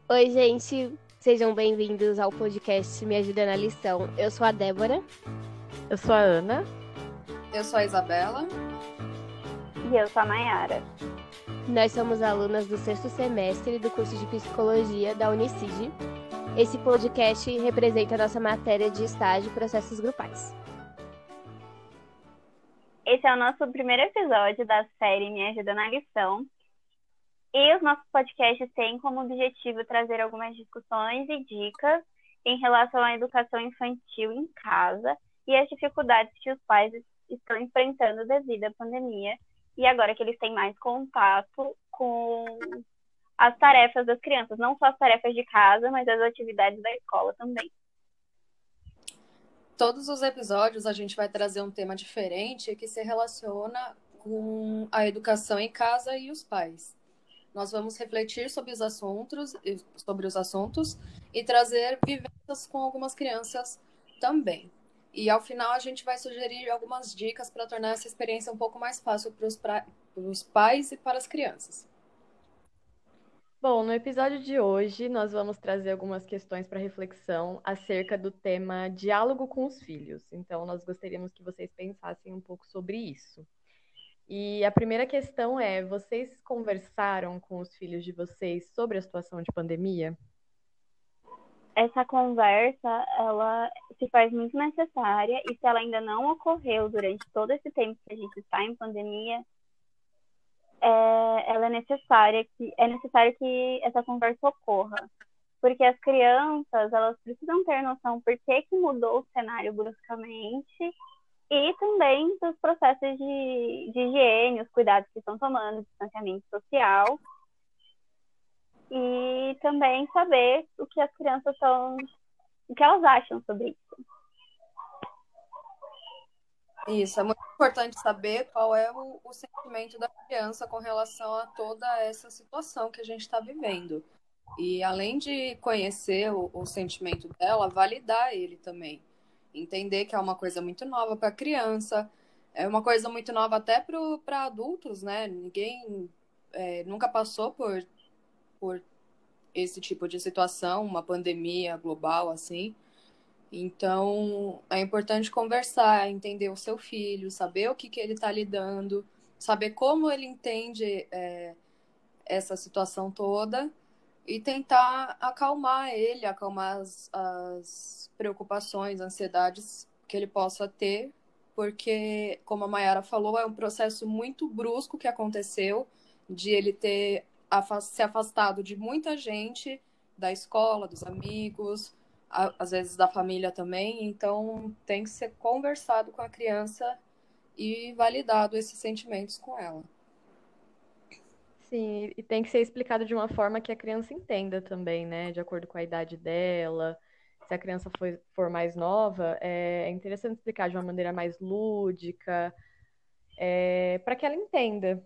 Oi, gente, sejam bem-vindos ao podcast Me Ajuda na Lição. Eu sou a Débora. Eu sou a Ana. Eu sou a Isabela. E eu sou a Nayara. Nós somos alunas do 6º semestre do curso de Psicologia da Unicid. Esse podcast representa a nossa matéria de estágio e processos grupais. Esse é o nosso primeiro episódio da série Me Ajuda na Lição. E os nossos podcasts têm como objetivo trazer algumas discussões e dicas em relação à educação infantil em casa e as dificuldades que os pais estão enfrentando devido à pandemia, e agora que eles têm mais contato com as tarefas das crianças, não só as tarefas de casa, mas as atividades da escola também. Todos os episódios a gente vai trazer um tema diferente que se relaciona com a educação em casa e os pais. Nós vamos refletir sobre os assuntos e trazer vivências com algumas crianças também. E ao final a gente vai sugerir algumas dicas para tornar essa experiência um pouco mais fácil para os pais e para as crianças. Bom, no episódio de hoje nós vamos trazer algumas questões para reflexão acerca do tema diálogo com os filhos. Então, nós gostaríamos que vocês pensassem um pouco sobre isso. E a primeira questão é: vocês conversaram com os filhos de vocês sobre a situação de pandemia? Essa conversa, ela se faz muito necessária, e se ela ainda não ocorreu durante todo esse tempo que a gente está em pandemia, é necessário que essa conversa ocorra. Porque as crianças, elas precisam ter noção por que mudou o cenário bruscamente, e também dos processos de higiene, os cuidados que estão tomando, distanciamento social, e também saber o que as crianças o que elas acham sobre isso. Isso, é muito importante saber qual é o sentimento da criança com relação a toda essa situação que a gente está vivendo. E além de conhecer o sentimento dela, validar ele também. Entender que é uma coisa muito nova para a criança, é uma coisa muito nova até para adultos, né? Ninguém nunca passou por esse tipo de situação, uma pandemia global assim. Então, é importante conversar, entender o seu filho, saber o que ele está lidando, saber como ele entende essa situação toda e tentar acalmar ele, acalmar as preocupações, ansiedades que ele possa ter, porque, como a Mayara falou, é um processo muito brusco que aconteceu, de ele ter se afastado de muita gente, da escola, dos amigos, às vezes da família também. Então tem que ser conversado com a criança e validado esses sentimentos com ela. Sim, e tem que ser explicado de uma forma que a criança entenda também, né? De acordo com a idade dela. Se a criança for mais nova, é interessante explicar de uma maneira mais lúdica, para que ela entenda.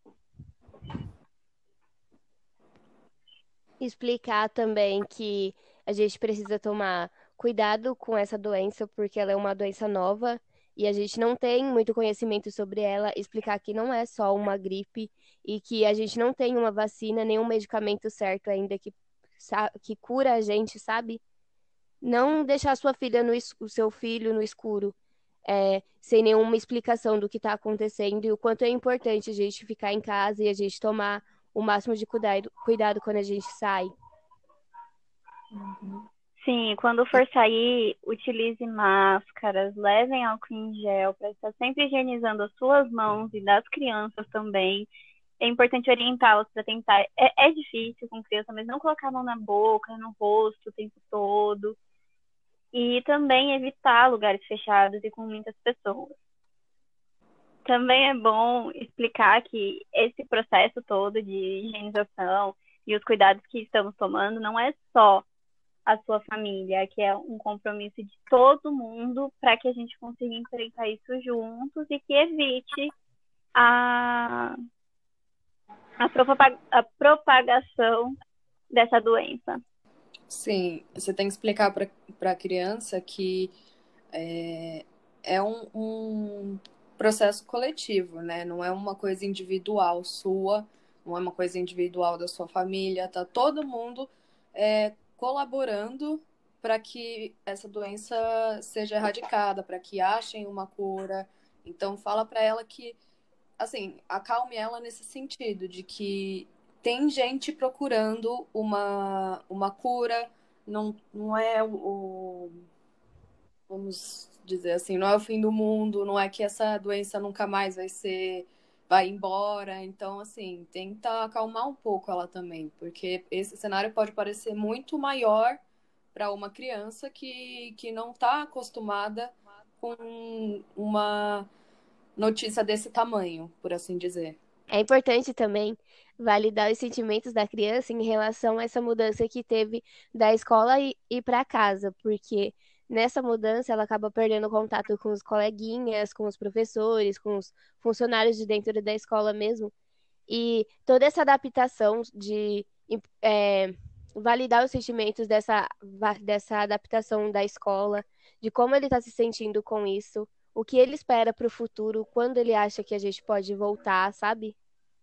Explicar também que a gente precisa tomar cuidado com essa doença, porque ela é uma doença nova e a gente não tem muito conhecimento sobre ela. Explicar que não é só uma gripe e que a gente não tem uma vacina, nenhum medicamento certo ainda que cura a gente, sabe? Não deixar o seu filho no escuro, sem nenhuma explicação do que está acontecendo e o quanto é importante a gente ficar em casa e a gente tomar o máximo de cuidado quando a gente sai. Sim, quando for sair, utilize máscaras, levem álcool em gel para estar sempre higienizando as suas mãos e das crianças também. É importante orientá-las para tentar. É difícil com criança, mas não colocar a mão na boca, no rosto o tempo todo. E também evitar lugares fechados e com muitas pessoas. Também é bom explicar que esse processo todo de higienização e os cuidados que estamos tomando não é só a sua família, que é um compromisso de todo mundo para que a gente consiga enfrentar isso juntos e que evite a propagação dessa doença. Sim, você tem que explicar para a criança que é um processo coletivo, né? Não é uma coisa individual sua, não é uma coisa individual da sua família, tá todo mundo colaborando para que essa doença seja erradicada, para que achem uma cura. Então, fala para ela que, assim, acalme ela nesse sentido, de que tem gente procurando uma cura, não é vamos dizer assim, não é o fim do mundo, não é que essa doença nunca mais vai embora. Então, assim, tenta acalmar um pouco ela também, porque esse cenário pode parecer muito maior para uma criança que não está acostumada com uma notícia desse tamanho, por assim dizer. É importante também validar os sentimentos da criança em relação a essa mudança que teve da escola e para casa, porque nessa mudança ela acaba perdendo contato com os coleguinhas, com os professores, com os funcionários de dentro da escola mesmo. E toda essa adaptação de validar os sentimentos dessa adaptação da escola, de como ele está se sentindo com isso, o que ele espera para o futuro, quando ele acha que a gente pode voltar, sabe?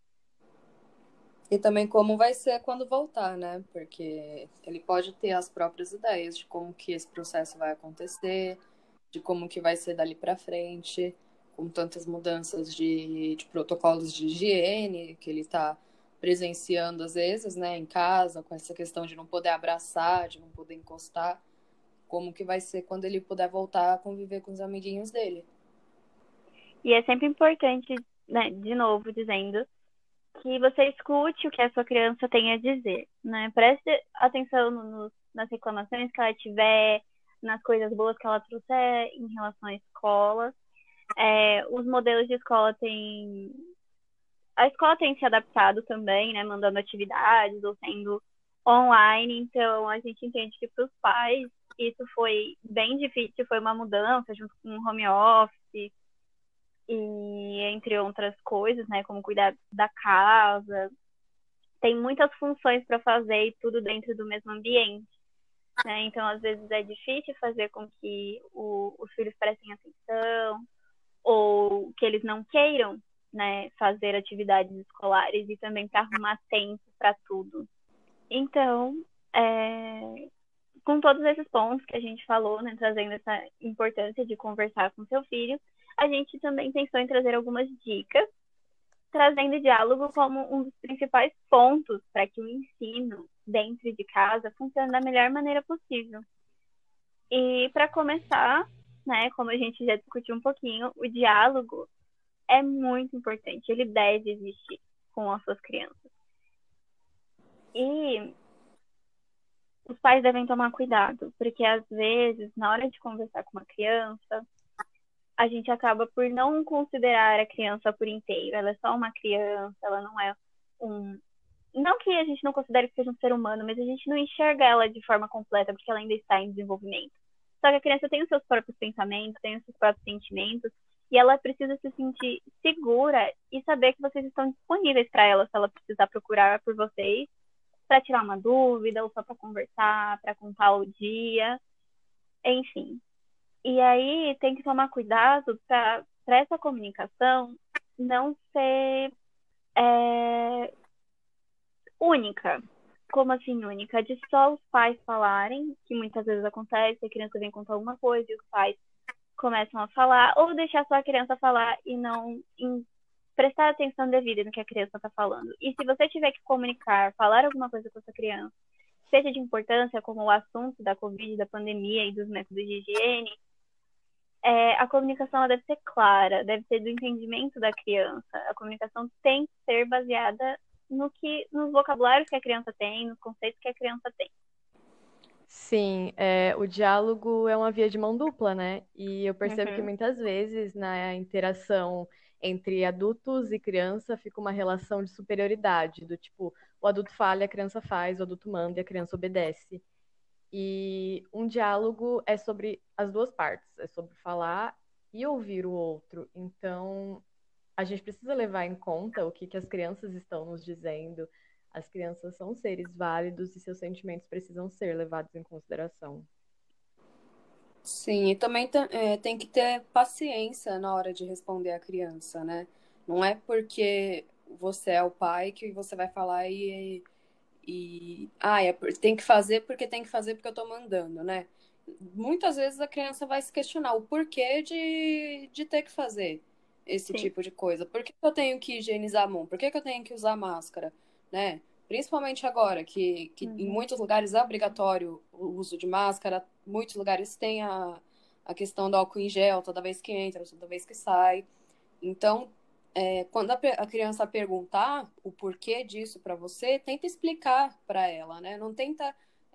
E também como vai ser quando voltar, né? Porque ele pode ter as próprias ideias de como que esse processo vai acontecer, de como que vai ser dali para frente, com tantas mudanças de protocolos de higiene que ele está presenciando às vezes, né, em casa, com essa questão de não poder abraçar, de não poder encostar, como que vai ser quando ele puder voltar a conviver com os amiguinhos dele. E é sempre importante, né, de novo, dizendo que você escute o que a sua criança tem a dizer, né? Preste atenção nas reclamações que ela tiver, nas coisas boas que ela trouxer em relação à escola. Os modelos de escola têm... A escola tem se adaptado também, né? Mandando atividades ou sendo online. Então, a gente entende que para os pais isso foi bem difícil, foi uma mudança junto com o home office, e entre outras coisas, né, como cuidar da casa. Tem muitas funções para fazer e tudo dentro do mesmo ambiente, né? Então, às vezes é difícil fazer com que os filhos prestem atenção ou que eles não queiram, né, fazer atividades escolares e também para arrumar tempo para tudo. Então, com todos esses pontos que a gente falou, né, trazendo essa importância de conversar com seu filho, a gente também pensou em trazer algumas dicas, trazendo o diálogo como um dos principais pontos para que o ensino dentro de casa funcione da melhor maneira possível. E para começar, né, como a gente já discutiu um pouquinho, o diálogo é muito importante, ele deve existir com as suas crianças. E os pais devem tomar cuidado, porque às vezes, na hora de conversar com uma criança, a gente acaba por não considerar a criança por inteiro. Ela é só uma criança, ela não é um... Não que a gente não considere que seja um ser humano, mas a gente não enxerga ela de forma completa, porque ela ainda está em desenvolvimento. Só que a criança tem os seus próprios pensamentos, tem os seus próprios sentimentos, e ela precisa se sentir segura e saber que vocês estão disponíveis para ela, se ela precisar procurar por vocês, para tirar uma dúvida, ou só para conversar, para contar o dia, enfim. E aí tem que tomar cuidado para essa comunicação não ser única. Como assim única? De só os pais falarem, que muitas vezes acontece, a criança vem contar alguma coisa e os pais começam a falar, ou deixar só a criança falar e não prestar atenção devida no que a criança está falando. E se você tiver que comunicar, falar alguma coisa com essa criança, seja de importância, como o assunto da Covid, da pandemia e dos métodos de higiene, a comunicação deve ser clara, deve ser do entendimento da criança. A comunicação tem que ser baseada nos vocabulários que a criança tem, nos conceitos que a criança tem. Sim, o diálogo é uma via de mão dupla, né? E eu percebo que muitas vezes na interação entre adultos e criança fica uma relação de superioridade, do tipo, o adulto fala e a criança faz, o adulto manda e a criança obedece. E um diálogo é sobre as duas partes, é sobre falar e ouvir o outro. Então, a gente precisa levar em conta o que as crianças estão nos dizendo. As crianças são seres válidos e seus sentimentos precisam ser levados em consideração. Sim, e também tem que ter paciência na hora de responder a criança, né? Não é porque você é o pai que você vai falar tem que fazer porque tem que fazer porque eu tô mandando, né? Muitas vezes a criança vai se questionar o porquê de ter que fazer esse Sim. tipo de coisa. Por que eu tenho que higienizar a mão? Por que eu tenho que usar máscara, né? Principalmente agora, que em muitos lugares é obrigatório o uso de máscara, muitos lugares tem a questão do álcool em gel toda vez que entra, toda vez que sai. Então, quando a criança perguntar o porquê disso para você, tenta explicar para ela, né? Não tenta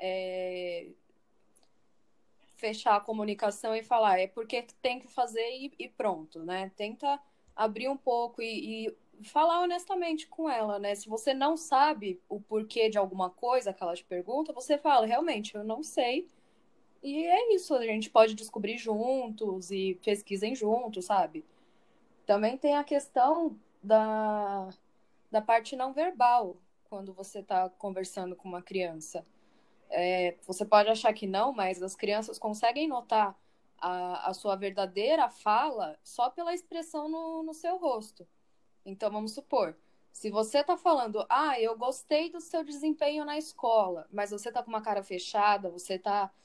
fechar a comunicação e falar é porque tem que fazer e pronto, né? Tenta abrir um pouco e falar honestamente com ela, né? Se você não sabe o porquê de alguma coisa que ela te pergunta, você fala, realmente, eu não sei. E é isso, a gente pode descobrir juntos e pesquisem juntos, sabe? Também tem a questão da parte não verbal, quando você está conversando com uma criança. Você pode achar que não, mas as crianças conseguem notar a sua verdadeira fala só pela expressão no seu rosto. Então, vamos supor, se você está falando, eu gostei do seu desempenho na escola, mas você está com uma cara fechada, você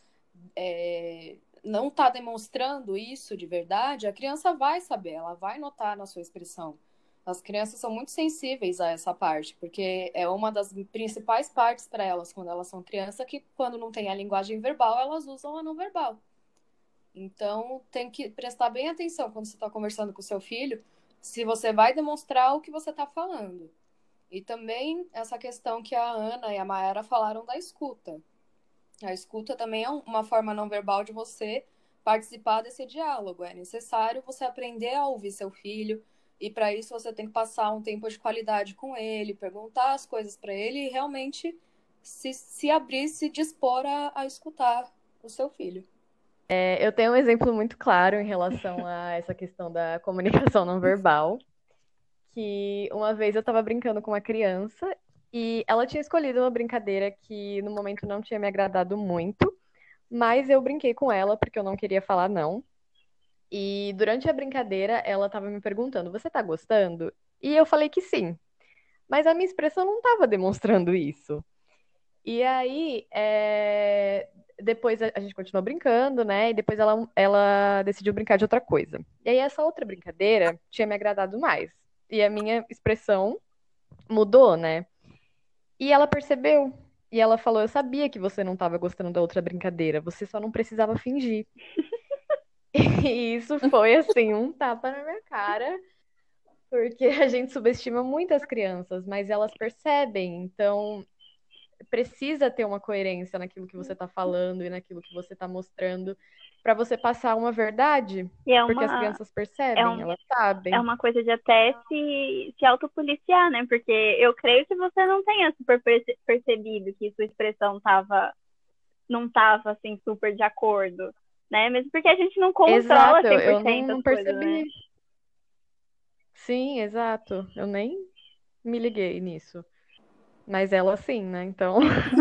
não está demonstrando isso de verdade, a criança vai saber, ela vai notar na sua expressão. As crianças são muito sensíveis a essa parte, porque é uma das principais partes para elas quando elas são crianças, que quando não tem a linguagem verbal, elas usam a não verbal. Então, tem que prestar bem atenção quando você está conversando com o seu filho, se você vai demonstrar o que você está falando. E também essa questão que a Ana e a Mayara falaram da escuta. A escuta também é uma forma não verbal de você participar desse diálogo. É necessário você aprender a ouvir seu filho, e para isso você tem que passar um tempo de qualidade com ele, perguntar as coisas para ele e realmente se abrir, se dispor a escutar o seu filho. Eu tenho um exemplo muito claro em relação a essa questão da comunicação não verbal, que uma vez eu estava brincando com uma criança e ela tinha escolhido uma brincadeira que no momento não tinha me agradado muito, mas eu brinquei com ela porque eu não queria falar não. E durante a brincadeira ela estava me perguntando: "Você tá gostando?" E eu falei que sim, mas a minha expressão não estava demonstrando isso. E aí, depois a gente continuou brincando, né? E depois ela decidiu brincar de outra coisa. E aí, essa outra brincadeira tinha me agradado mais. E a minha expressão mudou, né? E ela percebeu. E ela falou: "Eu sabia que você não estava gostando da outra brincadeira, você só não precisava fingir." E isso foi, assim, um tapa na minha cara, porque a gente subestima muito as crianças, mas elas percebem. Então, precisa ter uma coerência naquilo que você está falando e naquilo que você está mostrando para você passar uma verdade, E porque as crianças é, percebem, elas é sabem. uma coisa de até se autopoliciar, né? Porque eu creio que você não tenha super percebido que sua expressão não tava, assim, super de acordo, né? Mesmo porque a gente não controla Exato, eu 100% não as coisas, né? percebi. Sim, exato. Eu nem me liguei nisso. Mas ela sim, né? Então.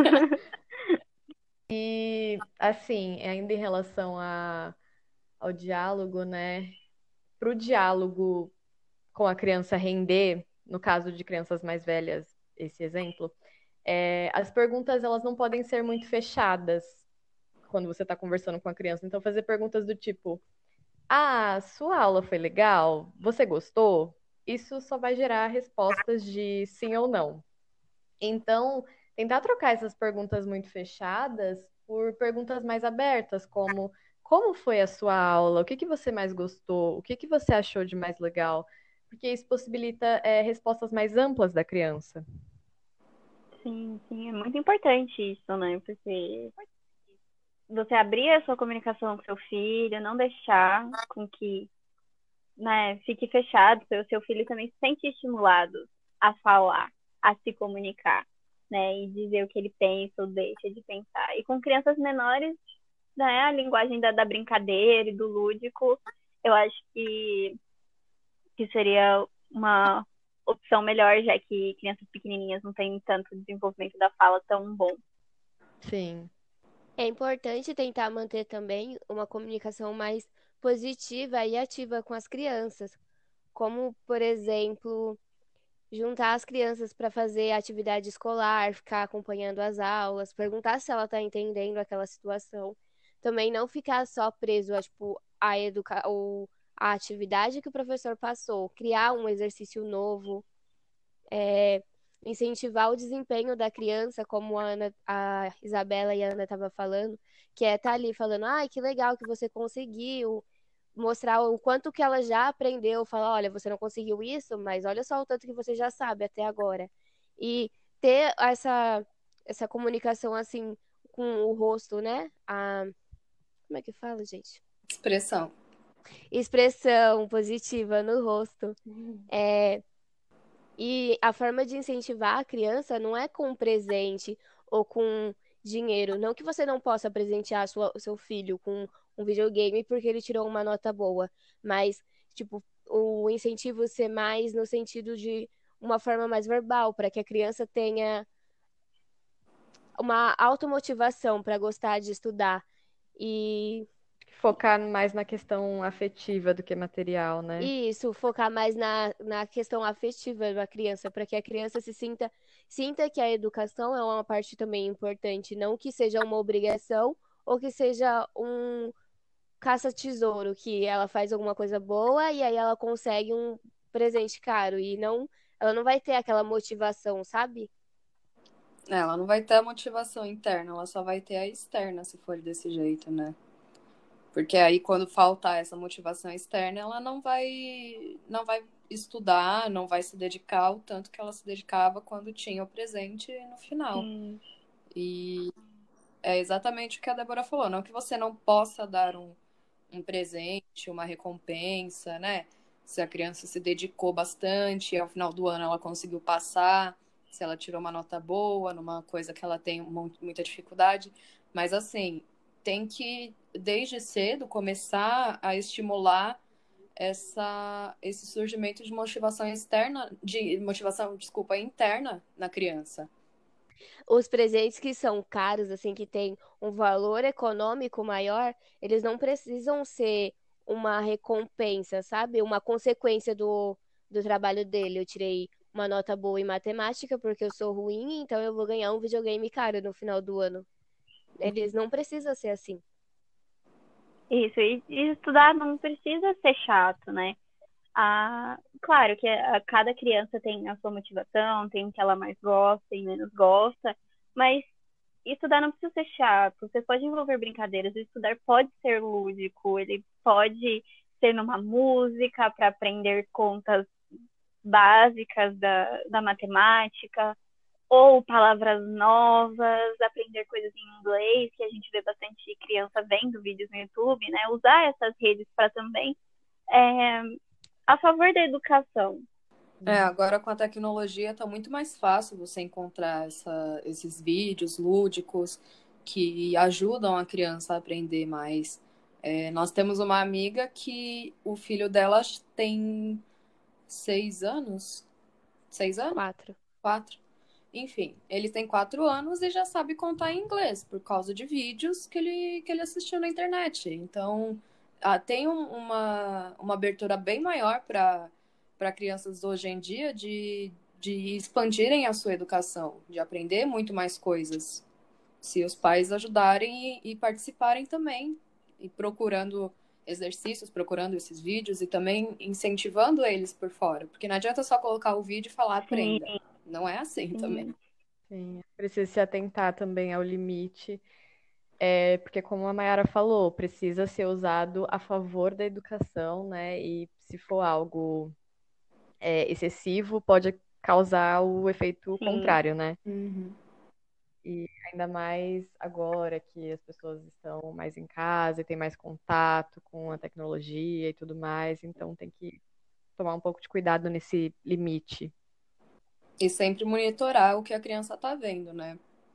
E assim, ainda em relação ao diálogo, né? Para o diálogo com a criança render, no caso de crianças mais velhas, esse exemplo, as perguntas elas não podem ser muito fechadas quando você está conversando com a criança. Então, fazer perguntas do tipo: sua aula foi legal? Você gostou? Isso só vai gerar respostas de sim ou não. Então, tentar trocar essas perguntas muito fechadas por perguntas mais abertas, como foi a sua aula? O que que você mais gostou? O que que você achou de mais legal? Porque isso possibilita respostas mais amplas da criança. Sim, sim, é muito importante isso, né? Porque você abrir a sua comunicação com seu filho, não deixar com que, né, fique fechado, seu filho também se sente estimulado a falar, a se comunicar, né, e dizer o que ele pensa ou deixa de pensar. E com crianças menores, né, a linguagem da brincadeira e do lúdico, eu acho que seria uma opção melhor, já que crianças pequenininhas não têm tanto desenvolvimento da fala tão bom. Sim, É importante tentar manter também uma comunicação mais positiva e ativa com as crianças, como, por exemplo, juntar as crianças para fazer atividade escolar, ficar acompanhando as aulas, perguntar se ela está entendendo aquela situação. Também não ficar só preso a, tipo, ou a atividade que o professor passou, criar um exercício novo, é, incentivar o desempenho da criança, como a Isabela e a Ana estavam falando, que é estar ali falando, ai, que legal que você conseguiu, mostrar o quanto que ela já aprendeu, falar, olha, você não conseguiu isso, mas olha só o tanto que você já sabe até agora. E ter essa comunicação assim com o rosto, né? Como é que fala, gente? Expressão. Expressão positiva no rosto. É, e a forma de incentivar a criança não é com presente ou com dinheiro. Não que você não possa presentear o seu filho com um videogame porque ele tirou uma nota boa, mas, tipo, o incentivo ser mais no sentido de uma forma mais verbal, para que a criança tenha uma automotivação para gostar de estudar. E Focar mais na questão afetiva do que material, né? isso, focar mais na questão afetiva da criança, para que a criança sinta que a educação é uma parte também importante, não que seja uma obrigação ou que seja um caça-tesouro, que ela faz alguma coisa boa e aí ela consegue um presente caro e não, ela não vai ter aquela motivação, sabe? Ela não vai ter a motivação interna, ela só vai ter a externa se for desse jeito, né? Porque aí quando faltar essa motivação externa, ela não vai estudar, não vai se dedicar o tanto que ela se dedicava quando tinha o presente no final. Sim. E é exatamente o que a Débora falou, não que você não possa dar um presente, uma recompensa, né? Se a criança se dedicou bastante, e ao final do ano ela conseguiu passar, se ela tirou uma nota boa numa coisa que ela tem muita dificuldade. Mas, assim, tem que, desde cedo, começar a estimular esse surgimento de motivação externa, de motivação, desculpa, interna na criança. Os presentes que são caros, assim, que tem um valor econômico maior, eles não precisam ser uma recompensa, sabe? Uma consequência do trabalho dele. Eu tirei uma nota boa em matemática porque eu sou ruim, então eu vou ganhar um videogame caro no final do ano. Eles não precisam ser assim. Isso, e estudar não precisa ser chato, né? Claro que cada criança tem a sua motivação, tem o que ela mais gosta e menos gosta, mas estudar não precisa ser chato. Você pode envolver brincadeiras, estudar pode ser lúdico, ele pode ser numa música para aprender contas básicas da matemática, ou palavras novas, aprender coisas em inglês, que a gente vê bastante criança vendo vídeos no YouTube, né? Usar essas redes para também a favor da educação. Agora com a tecnologia tá muito mais fácil você encontrar esses vídeos lúdicos que ajudam a criança a aprender mais. Nós temos uma amiga que o filho dela tem 6 anos. 6 anos? 4. 4. Enfim, ele tem 4 anos e já sabe contar em inglês por causa de vídeos que ele assistiu na internet. Então, tem uma abertura bem maior para crianças hoje em dia de expandirem a sua educação, de aprender muito mais coisas, se os pais ajudarem e participarem também, e procurando exercícios, procurando esses vídeos e também incentivando eles por fora. Porque não adianta só colocar o vídeo e falar aprenda. Não é assim também. Sim, precisa se atentar também ao limite, porque como a Mayara falou, precisa ser usado a favor da educação, né? E se for algo excessivo, pode causar o efeito contrário, né? Uhum. E ainda mais agora que as pessoas estão mais em casa e têm mais contato com a tecnologia e tudo mais, então tem que tomar um pouco de cuidado nesse limite. E sempre monitorar o que a criança tá vendo, né?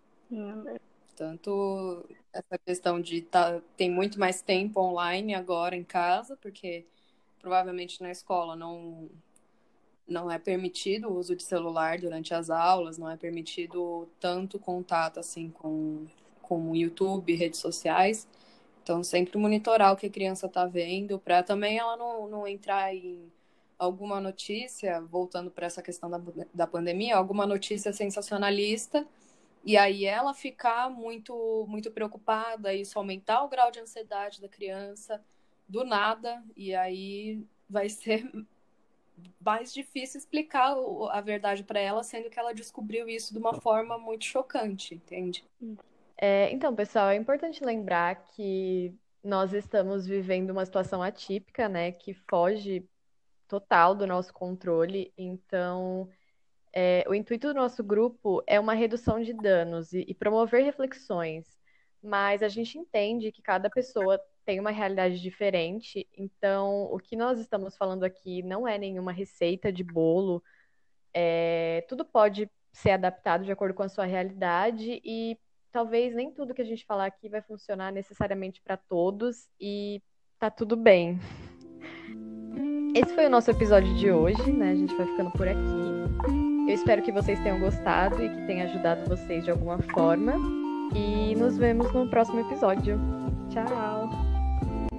Tanto essa questão de tem muito mais tempo online agora em casa, porque provavelmente na escola não é permitido o uso de celular durante as aulas, não é permitido tanto contato assim com YouTube, redes sociais. Então, sempre monitorar o que a criança está vendo, para também ela não entrar em alguma notícia, voltando para essa questão da pandemia, alguma notícia sensacionalista, e aí ela ficar muito, muito preocupada, isso aumentar o grau de ansiedade da criança do nada, e aí vai ser mais difícil explicar a verdade para ela, sendo que ela descobriu isso de uma forma muito chocante, entende? Então, pessoal, é importante lembrar que nós estamos vivendo uma situação atípica, né, que foge total do nosso controle. Então, o intuito do nosso grupo é uma redução de danos e promover reflexões, mas a gente entende que cada pessoa tem uma realidade diferente, então o que nós estamos falando aqui não é nenhuma receita de bolo, tudo pode ser adaptado de acordo com a sua realidade e talvez nem tudo que a gente falar aqui vai funcionar necessariamente para todos e tá tudo bem. Esse foi o nosso episódio de hoje, né? A gente vai ficando por aqui. Eu espero que vocês tenham gostado e que tenha ajudado vocês de alguma forma. E nos vemos no próximo episódio. Tchau!